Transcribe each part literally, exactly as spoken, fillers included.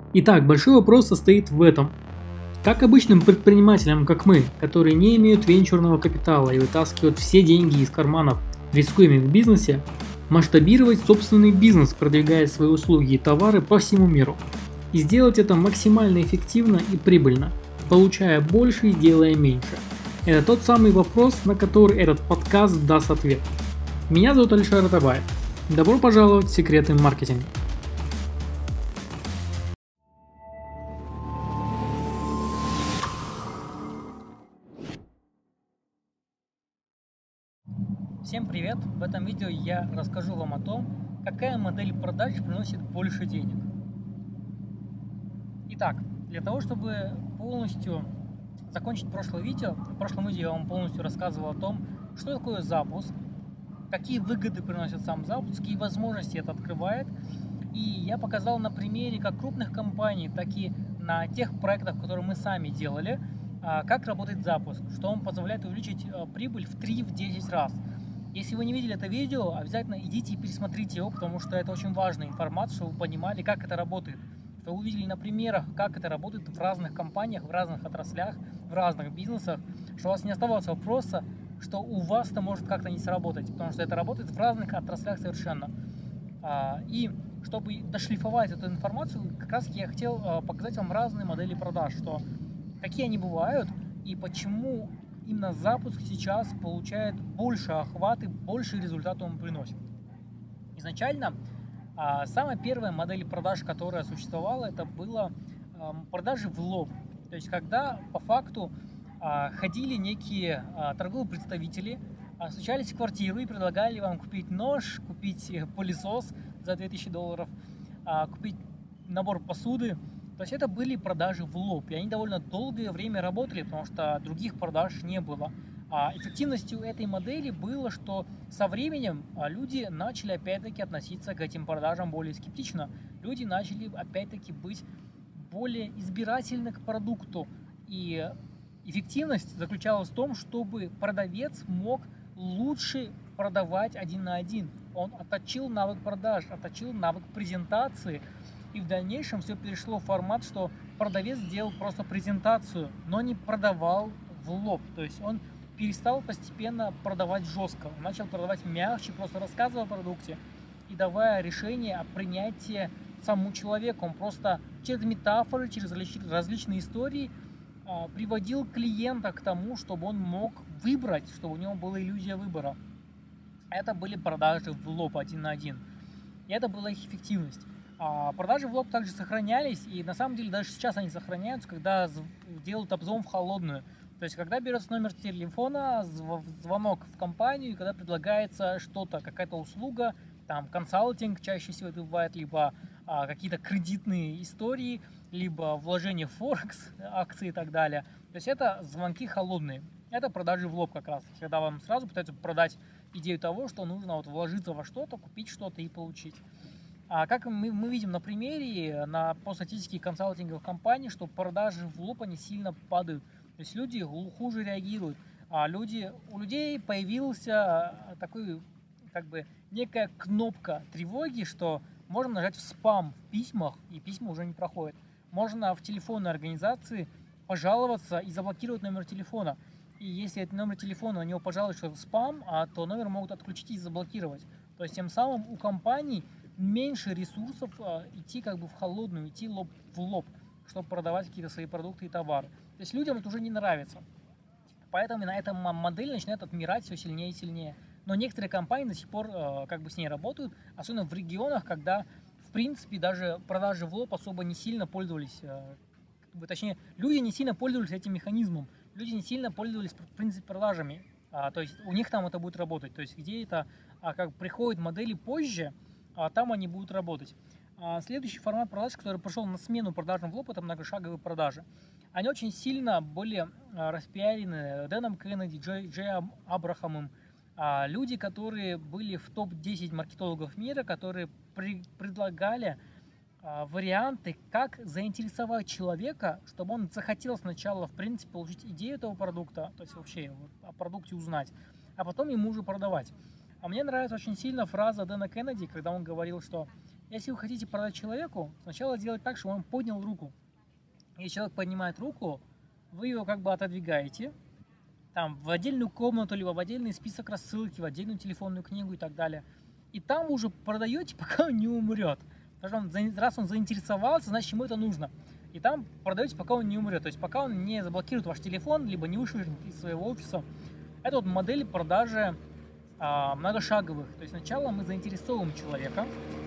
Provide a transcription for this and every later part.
Итак, большой вопрос состоит в этом. Как обычным предпринимателям, как мы, которые не имеют венчурного капитала и вытаскивают все деньги из карманов, рискуя ими в бизнесе, масштабировать собственный бизнес, продвигая свои услуги и товары по всему миру. И сделать это максимально эффективно и прибыльно, получая больше и делая меньше. Это тот самый вопрос, на который этот подкаст даст ответ. Меня зовут Алишер Атабаев. Добро пожаловать в секреты маркетинга. Всем привет! В этом видео я расскажу вам о том, какая модель продаж приносит больше денег. Итак, для того, чтобы полностью закончить прошлое видео, в прошлом видео я вам полностью рассказывал о том, что такое запуск, какие выгоды приносит сам запуск, какие возможности это открывает. И я показал на примере как крупных компаний, так и на тех проектах, которые мы сами делали, как работает запуск, что он позволяет увеличить прибыль в три-десять раз. Если вы не видели это видео, обязательно идите и пересмотрите его, потому что это очень важная информация, чтобы вы понимали, как это работает. Что вы увидели на примерах, как это работает в разных компаниях, в разных отраслях, в разных бизнесах, что у вас не оставалось вопроса, что у вас это может как-то не сработать, потому что это работает в разных отраслях совершенно. И чтобы дошлифовать эту информацию, как раз я хотел показать вам разные модели продаж, что какие они бывают и почему именно запуск сейчас получает больше охваты, больше результата он приносит. Изначально самая первая модель продаж, которая существовала, это было продажи в лоб. То есть когда по факту ходили некие торговые представители, стучались в квартиру и предлагали вам купить нож, купить пылесос за две тысячи долларов, купить набор посуды. То есть это были продажи в лоб, и они довольно долгое время работали, потому что других продаж не было. А эффективностью этой модели было, что со временем люди начали опять-таки относиться к этим продажам более скептично. Люди начали опять-таки быть более избирательны к продукту. И эффективность заключалась в том, чтобы продавец мог лучше продавать один на один. Он отточил навык продаж, отточил навык презентации. И в дальнейшем все перешло в формат, что продавец делал просто презентацию, но не продавал в лоб. То есть он перестал постепенно продавать жестко. Он начал продавать мягче, просто рассказывая о продукте и давая решение о принятии самому человеку. Он просто через метафоры, через различные истории приводил клиента к тому, чтобы он мог выбрать, чтобы у него была иллюзия выбора. Это были продажи в лоб один на один. И это была их эффективность. А продажи в лоб также сохранялись, и на самом деле даже сейчас они сохраняются, когда делают обзвон в холодную. То есть, когда берется номер телефона, звонок в компанию, и когда предлагается что-то, какая-то услуга, там консалтинг чаще всего это бывает, либо а, какие-то кредитные истории, либо вложение в Форекс, акции и так далее. То есть это звонки холодные. Это продажи в лоб как раз, когда вам сразу пытаются продать идею того, что нужно вот вложиться во что-то, купить что-то и получить. А как мы, мы видим на примере, на, по статистике консалтинговых компаний, что продажи в лоб они сильно падают. То есть люди хуже реагируют. А люди, у людей появился такой, как бы, некая кнопка тревоги, что можно нажать в спам в письмах, и письма уже не проходят. Можно в телефонной организации пожаловаться и заблокировать номер телефона. И если этот номер телефона, на него пожалуют, что это спам, а то номер могут отключить и заблокировать. То есть тем самым у компаний меньше ресурсов а, идти как бы в холодную, идти лоб в лоб, чтобы продавать какие-то свои продукты и товары. То есть людям это уже не нравится. Поэтому на эта модель начинает отмирать все сильнее и сильнее. Но некоторые компании до сих пор а, как бы с ней работают, особенно в регионах, когда в принципе даже продажи в лоб особо не сильно пользовались, а, как бы, точнее, люди не сильно пользовались этим механизмом, люди не сильно пользовались в принципе продажами. А, то есть у них там это будет работать. То есть где это а, как приходят модели позже, а там они будут работать. А следующий формат продаж, который пошел на смену продажам в лоб, это многошаговые продажи. Они очень сильно были распиарены Дэном Кеннеди, Джей, Джей Абрахамом. А люди, которые были в топ десять маркетологов мира, которые при, предлагали а, варианты, как заинтересовать человека, чтобы он захотел сначала, в принципе, получить идею этого продукта, то есть вообще о продукте узнать, а потом ему уже продавать. А мне нравится очень сильно фраза Дэна Кеннеди, когда он говорил, что Если вы хотите продать человеку, сначала сделать так, чтобы он поднял руку. Если человек поднимает руку, вы его как бы отодвигаете, там, в отдельную комнату, либо в отдельный список рассылки, в отдельную телефонную книгу и так далее. И там вы уже продаете, пока он не умрет. Потому что он, раз он заинтересовался, значит, ему это нужно. И там продаете, пока он не умрет. То есть пока он не заблокирует ваш телефон, либо не вышлет из своего офиса. Это вот модель продажи а, многошаговых. То есть сначала мы заинтересовываем человека.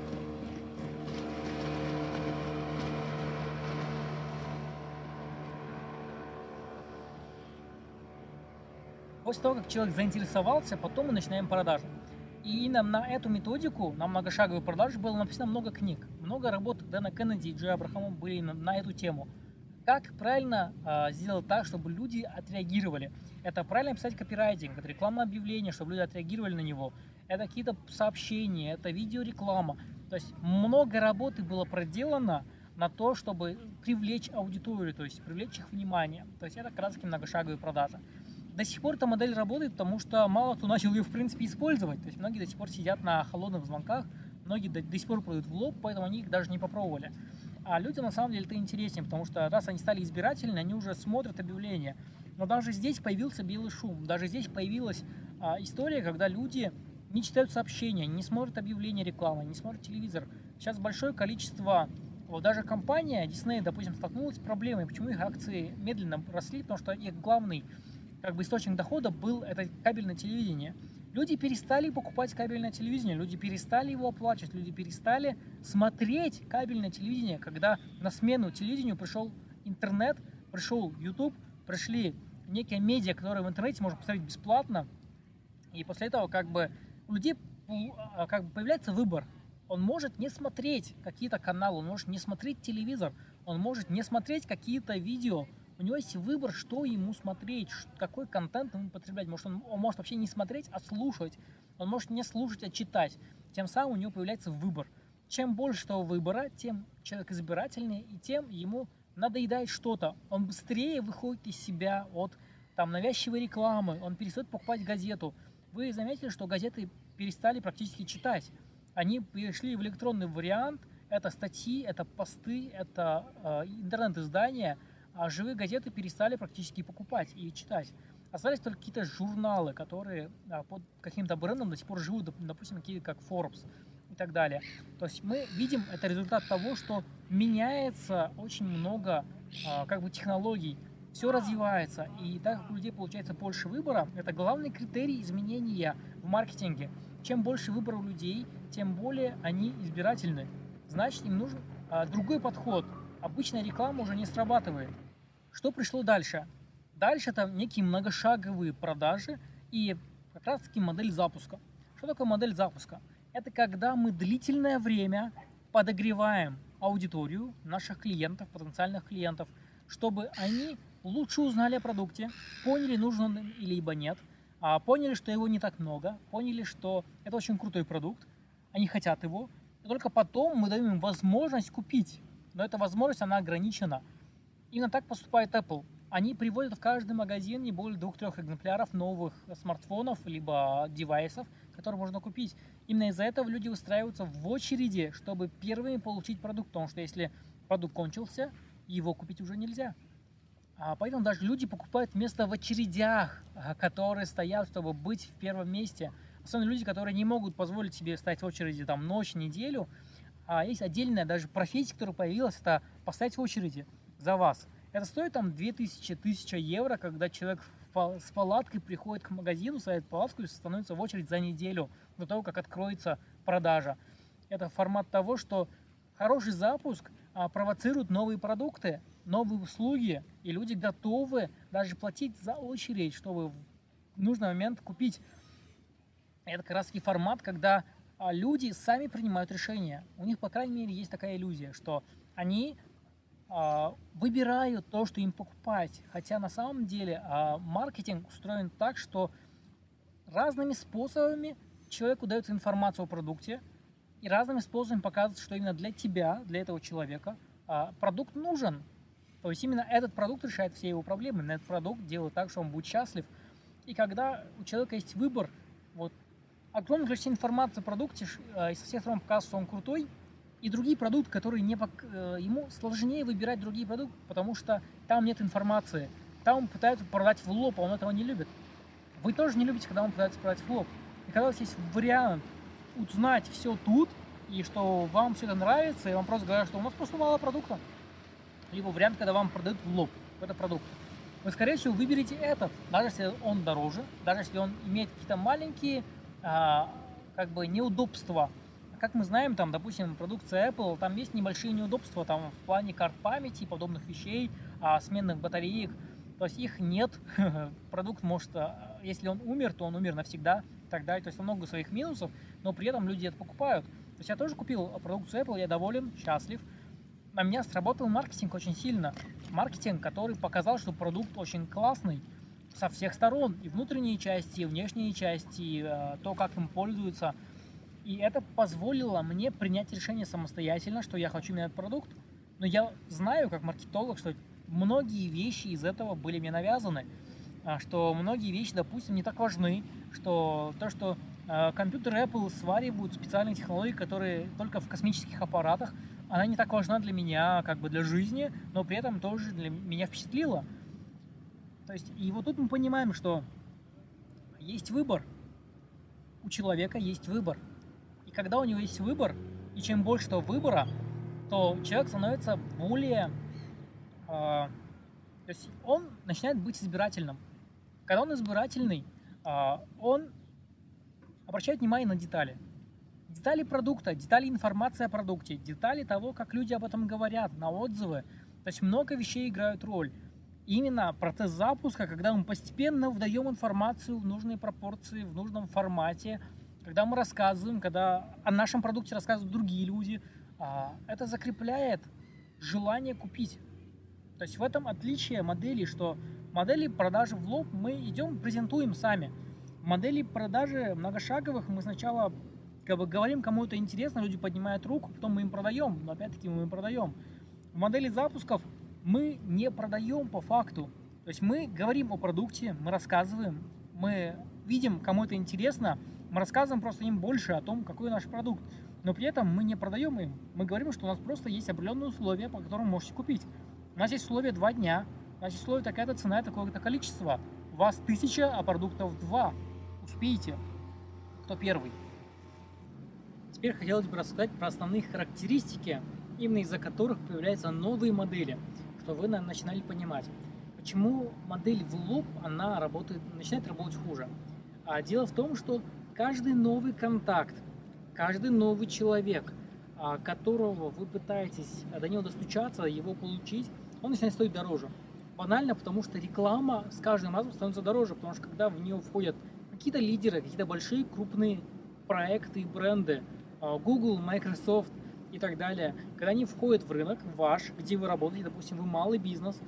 После того, как человек заинтересовался, потом мы начинаем продажи. И именно на эту методику, на многошаговые продажи, было написано много книг. Много работ Дэна Кеннеди и Джея Абрахама были на, на эту тему. Как правильно э, сделать так, чтобы люди отреагировали? Это правильно писать копирайтинг, это рекламное объявление, чтобы люди отреагировали на него. Это какие-то сообщения, это видеореклама. То есть много работы было проделано на то, чтобы привлечь аудиторию, то есть привлечь их внимание. То есть это как раз таки многошаговые продажи. До сих пор эта модель работает, потому что мало кто начал ее в принципе использовать. То есть многие до сих пор сидят на холодных звонках, многие до, до сих пор продают в лоб, поэтому они их даже не попробовали. А людям на самом деле это интереснее, потому что раз они стали избирательны, они уже смотрят объявления. Но даже здесь появился белый шум, даже здесь появилась а, история, когда люди не читают сообщения, не смотрят объявления рекламы, не смотрят телевизор. Сейчас большое количество, вот даже компания Disney, допустим, столкнулась с проблемой, почему их акции медленно росли, потому что их главный как бы источник дохода был это кабельное телевидение. Люди перестали покупать кабельное телевидение, люди перестали его оплачивать, люди перестали смотреть кабельное телевидение, когда на смену телевидению пришел интернет, пришел YouTube, пришли некие медиа, которые в интернете можно посмотреть бесплатно, и после этого как бы у людей как бы появляется выбор. Он может не смотреть какие-то каналы, он может не смотреть телевизор, он может не смотреть какие-то видео. У него есть выбор, что ему смотреть, какой контент ему потреблять. Может, он, он может вообще не смотреть, а слушать. Он может не слушать, а читать. Тем самым у него появляется выбор. Чем больше того выбора, тем человек избирательнее, и тем ему надоедает что-то. Он быстрее выходит из себя от там, навязчивой рекламы, он перестает покупать газету. Вы заметили, что газеты перестали практически читать. Они перешли в электронный вариант. Это статьи, это посты, это э, интернет-издания. А живые газеты перестали практически покупать и читать. Остались только какие-то журналы, которые а, под каким-то брендом до сих пор живут, допустим, такие как Forbes и так далее. То есть мы видим, это результат того, что меняется очень много а, как бы технологий, все развивается, и так как у людей получается больше выбора, это главный критерий изменения в маркетинге. Чем больше выбора у людей, тем более они избирательны. Значит, им нужен а, другой подход. Обычная реклама уже не срабатывает. Что пришло дальше? Дальше это некие многошаговые продажи и как раз таки модель запуска. Что такое модель запуска? Это когда мы длительное время подогреваем аудиторию наших клиентов, потенциальных клиентов, чтобы они лучше узнали о продукте, поняли, нужен он им либо нет, поняли, что его не так много, поняли, что это очень крутой продукт, они хотят его, и только потом мы даем им возможность купить. Но эта возможность, она ограничена. Именно так поступает Apple. Они приводят в каждый магазин не более двух-трех экземпляров новых смартфонов либо девайсов, которые можно купить. Именно из-за этого люди выстраиваются в очереди, чтобы первыми получить продукт. Потому что если продукт кончился, его купить уже нельзя. А поэтому даже люди покупают место в очередях, которые стоят, чтобы быть в первом месте. Особенно люди, которые не могут позволить себе стоять в очереди там ночь, неделю. А есть отдельная даже профессия, которая появилась, это поставить в очереди за вас. Это стоит там две тысячи, тысяча евро, когда человек с палаткой приходит к магазину, ставит палатку и становится в очередь за неделю до того, как откроется продажа. Это формат того, что хороший запуск а, провоцирует новые продукты, новые услуги, и люди готовы даже платить за очередь, чтобы в нужный момент купить. Это как раз таки формат, когда а, люди сами принимают решения. У них, по крайней мере, есть такая иллюзия, что они а, выбирают то, что им покупать. Хотя на самом деле а, маркетинг устроен так, что разными способами человеку дается информация о продукте, и разными способами показывается, что именно для тебя, для этого человека а, продукт нужен. То есть именно этот продукт решает все его проблемы, именно этот продукт делает так, что он будет счастлив. И когда у человека есть выбор, вот огромное количество информации о продукте, и со всех сторон показывает, что он крутой, И другие продукты, которые не пок... э, ему сложнее выбирать другие продукты, потому что там нет информации. Там он пытается продать в лоб, а он этого не любит. Вы тоже не любите, когда он пытается продать в лоб. И когда у вас есть вариант узнать все тут, и что вам все это нравится, и вам просто говорят, что у нас просто мало продукта. Либо вариант, когда вам продают в лоб этот продукт. Вы, скорее всего, выберете этот, даже если он дороже, даже если он имеет какие-то маленькие а, как бы неудобства. Как мы знаем, там, допустим, продукция Apple, там есть небольшие неудобства там, в плане карт памяти и подобных вещей, а, сменных батареек. То есть их нет. Продукт может, если он умер, то он умер навсегда и так далее. То есть много своих минусов, но при этом люди это покупают. То есть я тоже купил продукцию Apple, я доволен, счастлив. На меня сработал маркетинг очень сильно. Маркетинг, который показал, что продукт очень классный со всех сторон. И внутренние части, и внешние части, и то, как им пользуются. И это позволило мне принять решение самостоятельно, что я хочу иметь этот продукт. Но я знаю, как маркетолог, что многие вещи из этого были мне навязаны. Что многие вещи, допустим, не так важны. Что то, что компьютеры Apple сваривают специальные технологии, которые только в космических аппаратах, она не так важна для меня, как бы для жизни, но при этом тоже для меня впечатлила. То есть, и вот тут мы понимаем, что есть выбор. У человека есть выбор. И когда у него есть выбор, и чем больше этого выбора, то человек становится более... Э, то есть он начинает быть избирательным. Когда он избирательный, э, он обращает внимание на детали. Детали продукта, детали информации о продукте, детали того, как люди об этом говорят, на отзывы. То есть много вещей играют роль. Именно процесс запуска, когда мы постепенно вдаем информацию в нужные пропорции, в нужном формате, когда мы рассказываем, когда о нашем продукте рассказывают другие люди, это закрепляет желание купить. То есть в этом отличие модели, что модели продажи в лоб мы идем, презентуем сами. В модели продажи многошаговых мы сначала как бы говорим, кому это интересно, люди поднимают руку, потом мы им продаем, но опять-таки мы им продаем. В модели запусков мы не продаем по факту. То есть мы говорим о продукте, мы рассказываем, мы видим, кому это интересно, мы рассказываем просто им больше о том, какой наш продукт. Но при этом мы не продаем им. Мы говорим, что у нас просто есть определенные условия, по которым вы можете купить. У нас есть условия два дня, у нас есть условия такая-то цена, такое-то количество. У вас тысяча, а продуктов два. Успеете. Кто первый? Теперь хотелось бы рассказать про основные характеристики, именно из-за которых появляются новые модели, что вы начинали понимать. Почему модель в лоб, она работает, начинает работать хуже. А дело в том, что каждый новый контакт, каждый новый человек, которого вы пытаетесь до него достучаться, его получить, он начинает стоить дороже. Банально, потому что реклама с каждым разом становится дороже, потому что когда в нее входят какие-то лидеры, какие-то большие крупные проекты и бренды, Google, Microsoft и так далее, когда они входят в рынок ваш, где вы работаете, допустим, вы малый бизнес,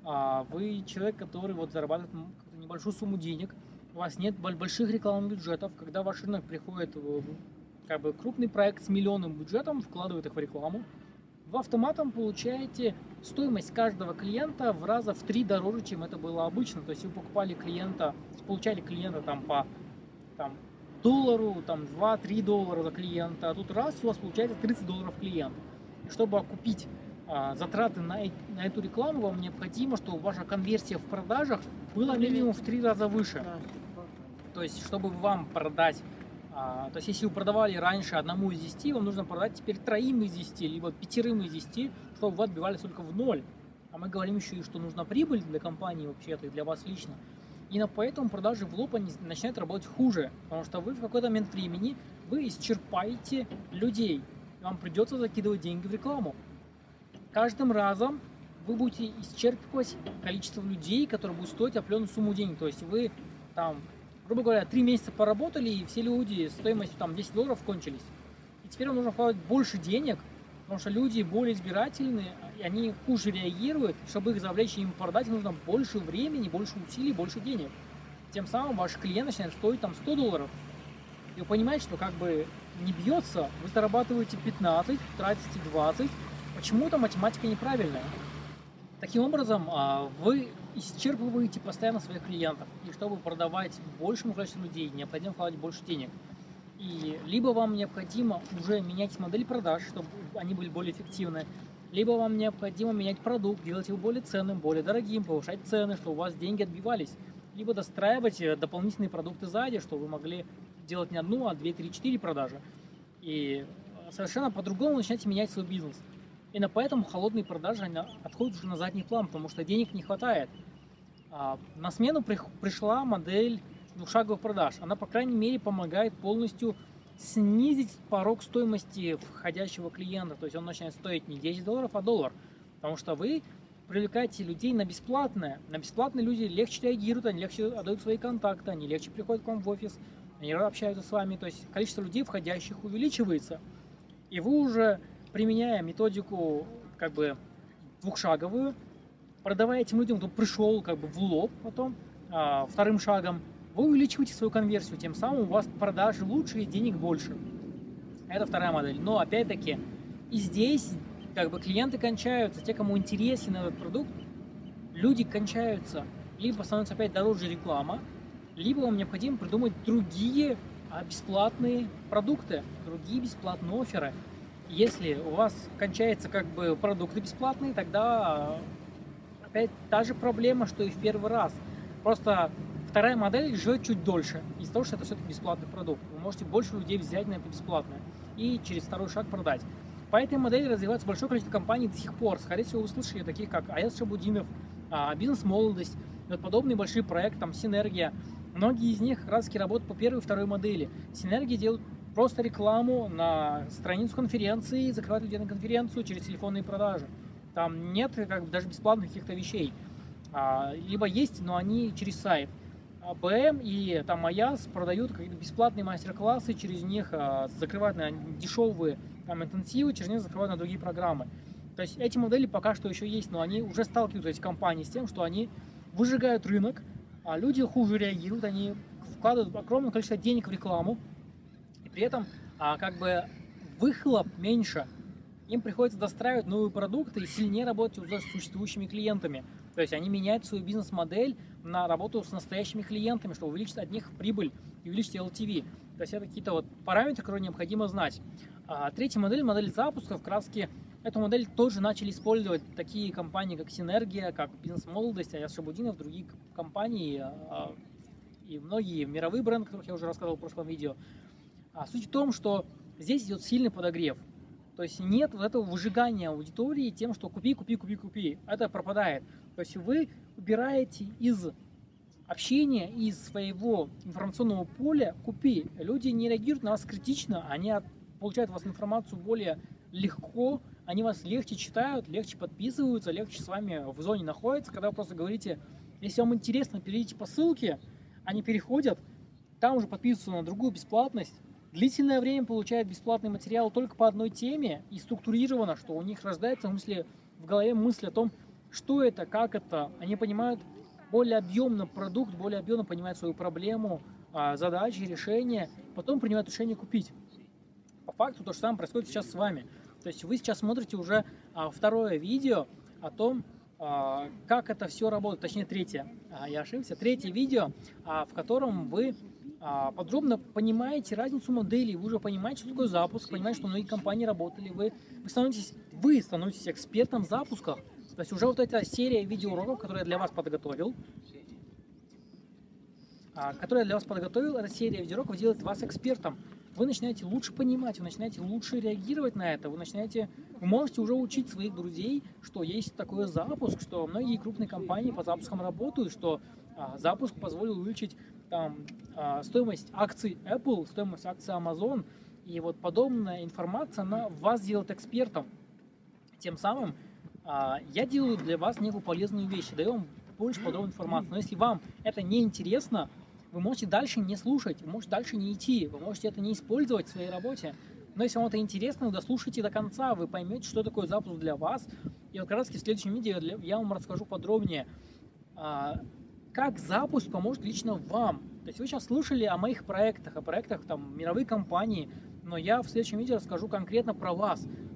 вы человек, который вот зарабатывает небольшую сумму денег, у вас нет больших рекламных бюджетов, когда в ваш рынок приходит как бы крупный проект с миллионным бюджетом, вкладывает их в рекламу, вы автоматом получаете стоимость каждого клиента в раза в три дороже, чем это было обычно. То есть вы покупали клиента, получали клиента там по там, доллару, там два-три доллара за клиента, а тут раз у вас получается тридцать долларов клиент. И чтобы окупить а, затраты на, на эту рекламу, вам необходимо, чтобы ваша конверсия в продажах была минимум в три раза выше. То есть, чтобы вам продать, а, то есть, если вы продавали раньше одному из десяти, вам нужно продать теперь троим из десяти, либо пятерым из десяти, чтобы вы отбивались только в ноль. А мы говорим еще и, что нужна прибыль для компании вообще-то и для вас лично. И поэтому продажи в лоб они начинают работать хуже, потому что вы в какой-то момент времени вы исчерпаете людей. Вам придется закидывать деньги в рекламу. Каждым разом вы будете исчерпывать количество людей, которые будут стоить определенную сумму денег. То есть вы там, грубо говоря, три месяца поработали, и все люди стоимостью там десять долларов кончились. И теперь вам нужно вкладывать больше денег, потому что люди более избирательные, и они хуже реагируют. Чтобы их завлечь и им продать, нужно больше времени, больше усилий, больше денег. Тем самым ваш клиент начинает стоить там сто долларов. И вы понимаете, что как бы не бьется, вы зарабатываете пятнадцать, тратите двадцать. Почему-то математика неправильная. Таким образом, вы исчерпываете постоянно своих клиентов. И чтобы продавать большему количеству людей, необходимо вкладывать больше денег. И либо вам необходимо уже менять модель продаж, чтобы они были более эффективны, либо вам необходимо менять продукт, делать его более ценным, более дорогим, повышать цены, чтобы у вас деньги отбивались, либо достраивать дополнительные продукты сзади, чтобы вы могли делать не одну, а две, три, четыре продажи. И совершенно по-другому начинаете менять свой бизнес. Именно поэтому холодные продажи они отходят уже на задний план, потому что денег не хватает. А на смену пришла модель двухшаговых продаж. Она, по крайней мере, помогает полностью снизить порог стоимости входящего клиента. То есть он начинает стоить не десять долларов, а доллар. Потому что вы привлекаете людей на бесплатное. На бесплатные люди легче реагируют, они легче отдают свои контакты, они легче приходят к вам в офис, они общаются с вами. То есть количество людей входящих увеличивается. И вы уже, применяя методику как бы двухшаговую, продавая этим людям, кто пришел как бы в лоб потом, а, вторым шагом, вы увеличиваете свою конверсию, тем самым у вас продажи лучше и денег больше. Это вторая модель. Но опять-таки и здесь как бы клиенты кончаются, те, кому интересен этот продукт, люди кончаются. Либо становится опять дороже реклама, либо вам необходимо придумать другие бесплатные продукты, другие бесплатные офферы. Если у вас кончаются как бы продукты бесплатные, тогда опять та же проблема, что и в первый раз. Просто вторая модель живет чуть дольше, из-за того, что это все-таки бесплатный продукт. Вы можете больше людей взять на это бесплатное и через второй шаг продать. По этой модели развивается большое количество компаний до сих пор. Скорее всего, вы слышали таких, как Аяз Шабудинов, Бизнес-молодость, вот подобные большие проекты, там, Синергия. Многие из них как раз таки работают по первой и второй модели. Синергия делают просто рекламу на страницу конференции, закрывают людей на конференцию через телефонные продажи. Там нет как бы даже бесплатных каких-то вещей. А, либо есть, но они через сайт. А БМ и там Аяз продают какие-то бесплатные мастер-классы, через них а, закрывают на дешевые там, интенсивы, через них закрывают на другие программы. То есть эти модели пока что еще есть, но они уже сталкиваются, эти компании, с тем, что они выжигают рынок, а люди хуже реагируют, они вкладывают огромное количество денег в рекламу, и при этом а, как бы выхлоп меньше. Им приходится достраивать новые продукты и сильнее работать уже с существующими клиентами. То есть они меняют свою бизнес-модель на работу с настоящими клиентами, чтобы увеличить от них прибыль и увеличить эл ти ви. То есть это какие-то вот параметры, которые необходимо знать. А третья модель, модель запусков, как раз таки эту модель тоже начали использовать такие компании, как Синергия, как Бизнес-молодость, Аяз Шабудинов, другие компании и многие мировые бренды, о которых я уже рассказывал в прошлом видео. А суть в том, что здесь идет сильный подогрев. То есть нет вот этого выжигания аудитории тем, что купи, купи, купи, купи. Это пропадает. То есть вы убираете из общения, из своего информационного поля купи. Люди не реагируют на вас критично, они получают у вас информацию более легко, они вас легче читают, легче подписываются, легче с вами в зоне находятся, когда вы просто говорите, если вам интересно, перейдите по ссылке, они переходят, там уже подписываются на другую бесплатность, длительное время получают бесплатный материал только по одной теме и структурировано, что у них рождается в, мысли, в голове мысль о том, что это, как это. Они понимают более объемно продукт, более объемно понимают свою проблему, задачи, решения, потом принимают решение купить. По факту то же самое происходит сейчас с вами. То есть вы сейчас смотрите уже второе видео о том, как это все работает, точнее третье, я ошибся, третье видео, в котором вы подробно понимаете разницу моделей, вы уже понимаете, что такое запуск, понимаете, что многие компании работали, вы, вы, становитесь, вы становитесь экспертом в запусках. То есть уже вот эта серия видеоуроков, которую я для вас подготовил, которую я для вас подготовил, эта серия видеоуроков делает вас экспертом. Вы начинаете лучше понимать, вы начинаете лучше реагировать на это, вы начинаете, вы можете уже учить своих друзей, что есть такой запуск, что многие крупные компании по запускам работают, что а, запуск позволил увеличить там, а, стоимость акций Apple, стоимость акций Amazon, и вот подобная информация, она вас делает экспертом. Тем самым а, я делаю для вас некую полезную вещь, даю вам больше подробной информации, но если вам это не интересно, вы можете дальше не слушать, вы можете дальше не идти, вы можете это не использовать в своей работе. Но если вам это интересно, вы дослушайте до конца, вы поймете, что такое запуск для вас. И вот как раз в следующем видео я вам расскажу подробнее, как запуск поможет лично вам. То есть вы сейчас слушали о моих проектах, о проектах там мировой компании, но я в следующем видео расскажу конкретно про вас,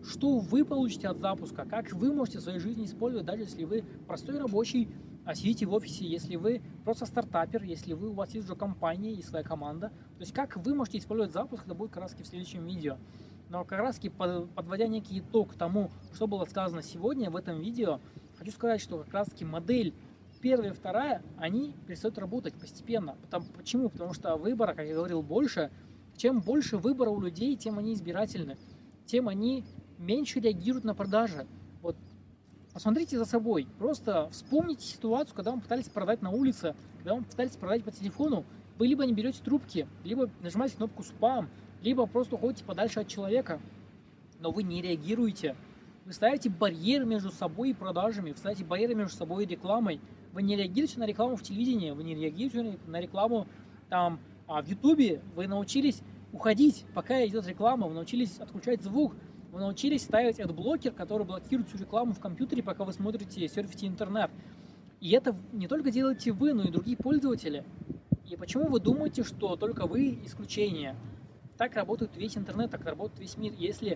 что вы получите от запуска, как вы можете в своей жизни использовать, даже если вы простой рабочий, а сидите в офисе, если вы просто стартапер, если вы, у вас есть уже компания и своя команда. То есть как вы можете использовать запуск, это будет как раз в следующем видео. Но как раз подводя некий итог к тому, что было сказано сегодня в этом видео, хочу сказать, что как раз модель первая и вторая, они перестают работать постепенно. Потому, почему? Потому что выбора, как я говорил, больше. Чем больше выбора у людей, тем они избирательны, тем они меньше реагируют на продажи. Вот посмотрите за собой, просто вспомните ситуацию, когда вам пытались продать на улице, когда вам пытались продать по телефону, вы либо не берете трубки, либо нажимаете кнопку спам, либо просто уходите подальше от человека, но вы не реагируете. Вы ставите барьер между собой и продажами, вы ставите барьеры между собой и рекламой. Вы не реагируете на рекламу в телевидении, вы не реагируете на рекламу там, а в Ютубе. Вы научились уходить, пока идет реклама, вы научились отключать звук, вы научились ставить адблокер, который блокирует всю рекламу в компьютере, пока вы смотрите, серфите интернет. И это не только делаете вы, но и другие пользователи. И почему вы думаете, что только вы исключение? Так работает весь интернет, так работает весь мир. Если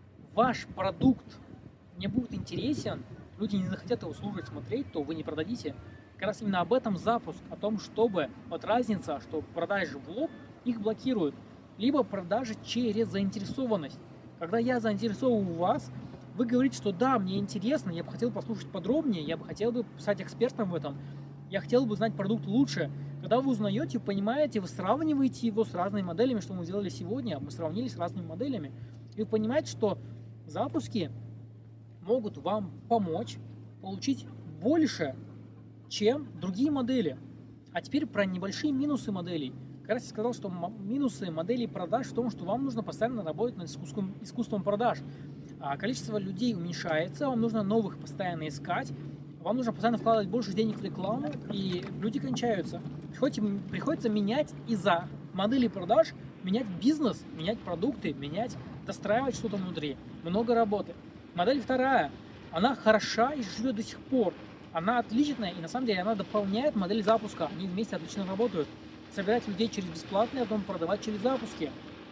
ваш продукт не будет интересен, люди не захотят его слушать, смотреть, то вы не продадите. Как раз именно об этом запуск, о том, чтобы, вот разница, что продажи в лоб, их блокируют. Либо продажи через заинтересованность. Когда я заинтересован в вас, вы говорите, что да, мне интересно, я бы хотел послушать подробнее, я бы хотел бы стать экспертом в этом, я хотел бы знать продукт лучше. Когда вы узнаете, вы понимаете, вы сравниваете его с разными моделями, что мы сделали сегодня, мы сравнили с разными моделями, и вы понимаете, что запуски могут вам помочь получить больше, чем другие модели. А теперь про небольшие минусы моделей. Как раз я сказал, что минусы моделей продаж в том, что вам нужно постоянно работать над искусством, искусством продаж. А количество людей уменьшается, вам нужно новых постоянно искать, вам нужно постоянно вкладывать больше денег в рекламу, и люди кончаются. Приходится, приходится менять из-за модели продаж, менять бизнес, менять продукты, менять, достраивать что-то внутри. Много работы. Модель вторая, она хороша и живет до сих пор. Она отличная, и на самом деле она дополняет модель запуска. Они вместе отлично работают. Собирать людей через бесплатные, а потом продавать через запуски.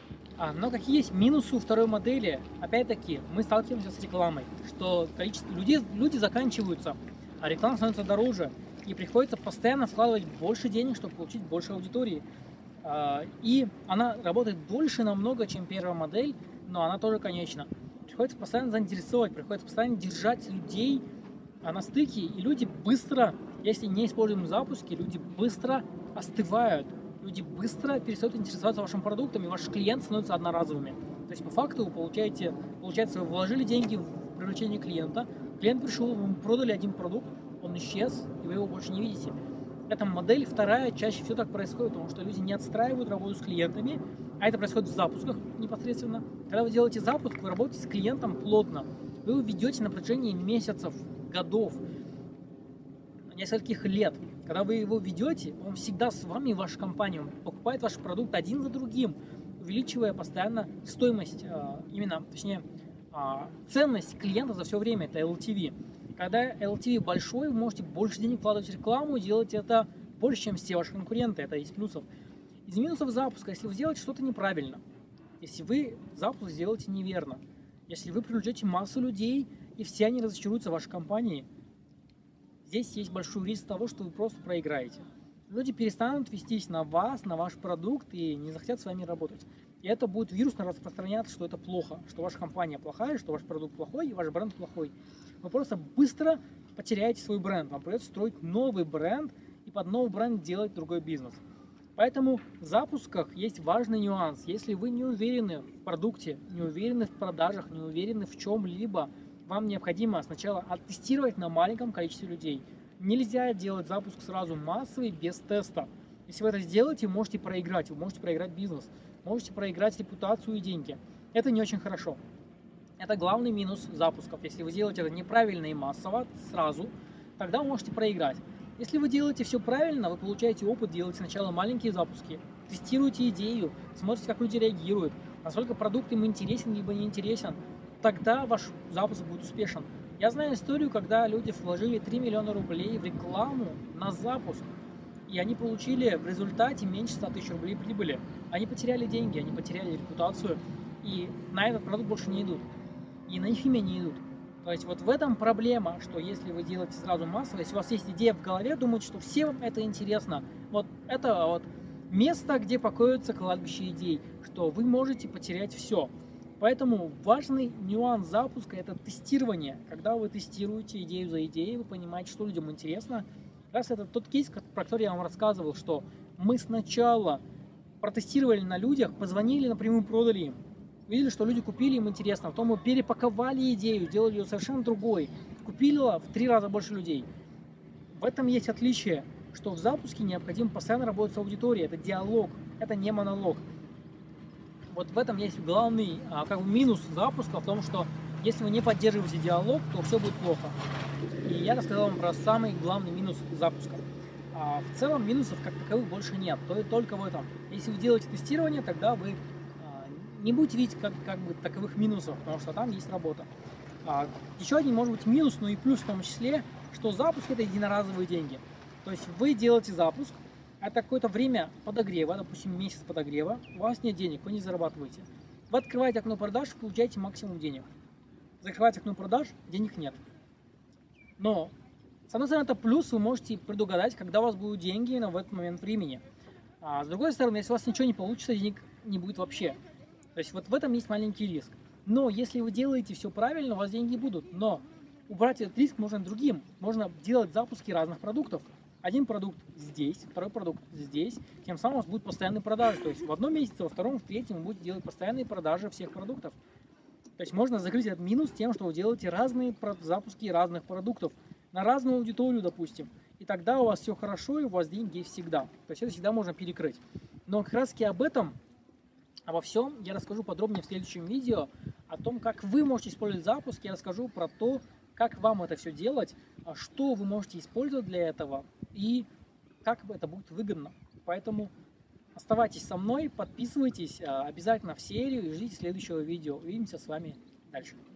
А, но какие есть минусы у второй модели? Опять-таки, мы сталкиваемся с рекламой, что количество людей, люди заканчиваются, а реклама становится дороже. И приходится постоянно вкладывать больше денег, чтобы получить больше аудитории. А, и она работает дольше намного, чем первая модель, но она тоже конечна. Приходится постоянно заинтересовать, приходится постоянно держать людей на стыке, и люди быстро, если не используем запуски, люди быстро остывают, люди быстро перестают интересоваться вашим продуктом, и ваши клиенты становятся одноразовыми. То есть по факту вы получаете, получается, вы вложили деньги в привлечение клиента, клиент пришел, вы ему продали один продукт, он исчез, и вы его больше не видите. Эта модель вторая, чаще всего так происходит, потому что люди не отстраивают работу с клиентами, а это происходит в запусках непосредственно. Когда вы делаете запуск, вы работаете с клиентом плотно, вы его ведете на протяжении месяцев, годов, нескольких лет. Когда вы его ведете, он всегда с вами и ваша компания. Он покупает ваш продукт один за другим, увеличивая постоянно стоимость, именно, точнее, ценность клиента за все время. Это эл ти ви. Когда эл ти ви большой, вы можете больше денег вкладывать в рекламу и делать это больше, чем все ваши конкуренты. Это из плюсов. Из минусов запуска, если вы сделаете что-то неправильно, если вы запуск сделаете неверно, если вы привлечете массу людей, и все они разочаруются в вашей компании, здесь есть большой риск того, что вы просто проиграете. Люди перестанут вестись на вас, на ваш продукт и не захотят с вами работать. И это будет вирусно распространяться, что это плохо, что ваша компания плохая, что ваш продукт плохой и ваш бренд плохой. Вы просто быстро потеряете свой бренд. Вам придется строить новый бренд и под новый бренд делать другой бизнес. Поэтому в запусках есть важный нюанс. Если вы не уверены в продукте, не уверены в продажах, не уверены в чем-либо, вам необходимо сначала оттестировать на маленьком количестве людей. Нельзя делать запуск сразу массовый без теста. Если вы это сделаете, вы можете проиграть. Вы можете проиграть бизнес, можете проиграть репутацию и деньги. Это не очень хорошо. Это главный минус запусков. Если вы делаете это неправильно и массово сразу, тогда вы можете проиграть. Если вы делаете все правильно, вы получаете опыт, делаете сначала маленькие запуски, тестируете идею, смотрите, как люди реагируют, насколько продукт им интересен либо не интересен, тогда ваш запуск будет успешен. Я знаю историю, когда люди вложили три миллиона рублей в рекламу на запуск, и они получили в результате меньше ста тысяч рублей прибыли. Они потеряли деньги, они потеряли репутацию, и на этот продукт больше не идут. и на их имя не идут. То есть вот в этом проблема, что если вы делаете сразу массово, если у вас есть идея в голове, думаете, что всем это интересно, вот это вот место, где покоится кладбище идей, что вы можете потерять все. Поэтому важный нюанс запуска – это тестирование. Когда вы тестируете идею за идеей, вы понимаете, что людям интересно. Раз это тот кейс, про который я вам рассказывал, что мы сначала протестировали на людях, позвонили, напрямую продали им. Видели, что люди купили, им интересно. Потом мы перепаковали идею, сделали ее совершенно другой. Купило в три раза больше людей. В этом есть отличие, что в запуске необходимо постоянно работать с аудиторией. Это диалог, это не монолог. Вот в этом есть главный как бы минус запуска, в том, что если вы не поддерживаете диалог, то все будет плохо. И я рассказал вам про самый главный минус запуска. А в целом минусов как таковых больше нет, то и только в этом. Если вы делаете тестирование, тогда вы не будете видеть как, как бы таковых минусов, потому что там есть работа. А, еще один может быть минус, но и плюс в том числе, что запуск это единоразовые деньги. То есть вы делаете запуск, это какое-то время подогрева, допустим месяц подогрева, у вас нет денег, вы не зарабатываете. Вы открываете окно продаж, получаете максимум денег. Закрываете окно продаж, денег нет. Но, с одной стороны, это плюс, вы можете предугадать, когда у вас будут деньги именно в этот момент времени. А с другой стороны, если у вас ничего не получится, денег не будет вообще. То есть вот в этом есть маленький риск. Но если вы делаете все правильно, у вас деньги будут. Но убрать этот риск можно другим. Можно делать запуски разных продуктов. Один продукт здесь, второй продукт здесь. Тем самым у вас будут постоянные продажи. То есть в одном месяце, во втором, в третьем вы будете делать постоянные продажи всех продуктов. То есть можно закрыть этот минус тем, что вы делаете разные запуски разных продуктов на разную аудиторию, допустим. И тогда у вас все хорошо, и у вас деньги есть всегда. То есть это всегда можно перекрыть. Но как раз таки об этом, обо всем я расскажу подробнее в следующем видео. О том, как вы можете использовать запуск, я расскажу про то, как вам это все делать, что вы можете использовать для этого и как это будет выгодно. Поэтому оставайтесь со мной, подписывайтесь обязательно в серию и ждите следующего видео. Увидимся с вами дальше.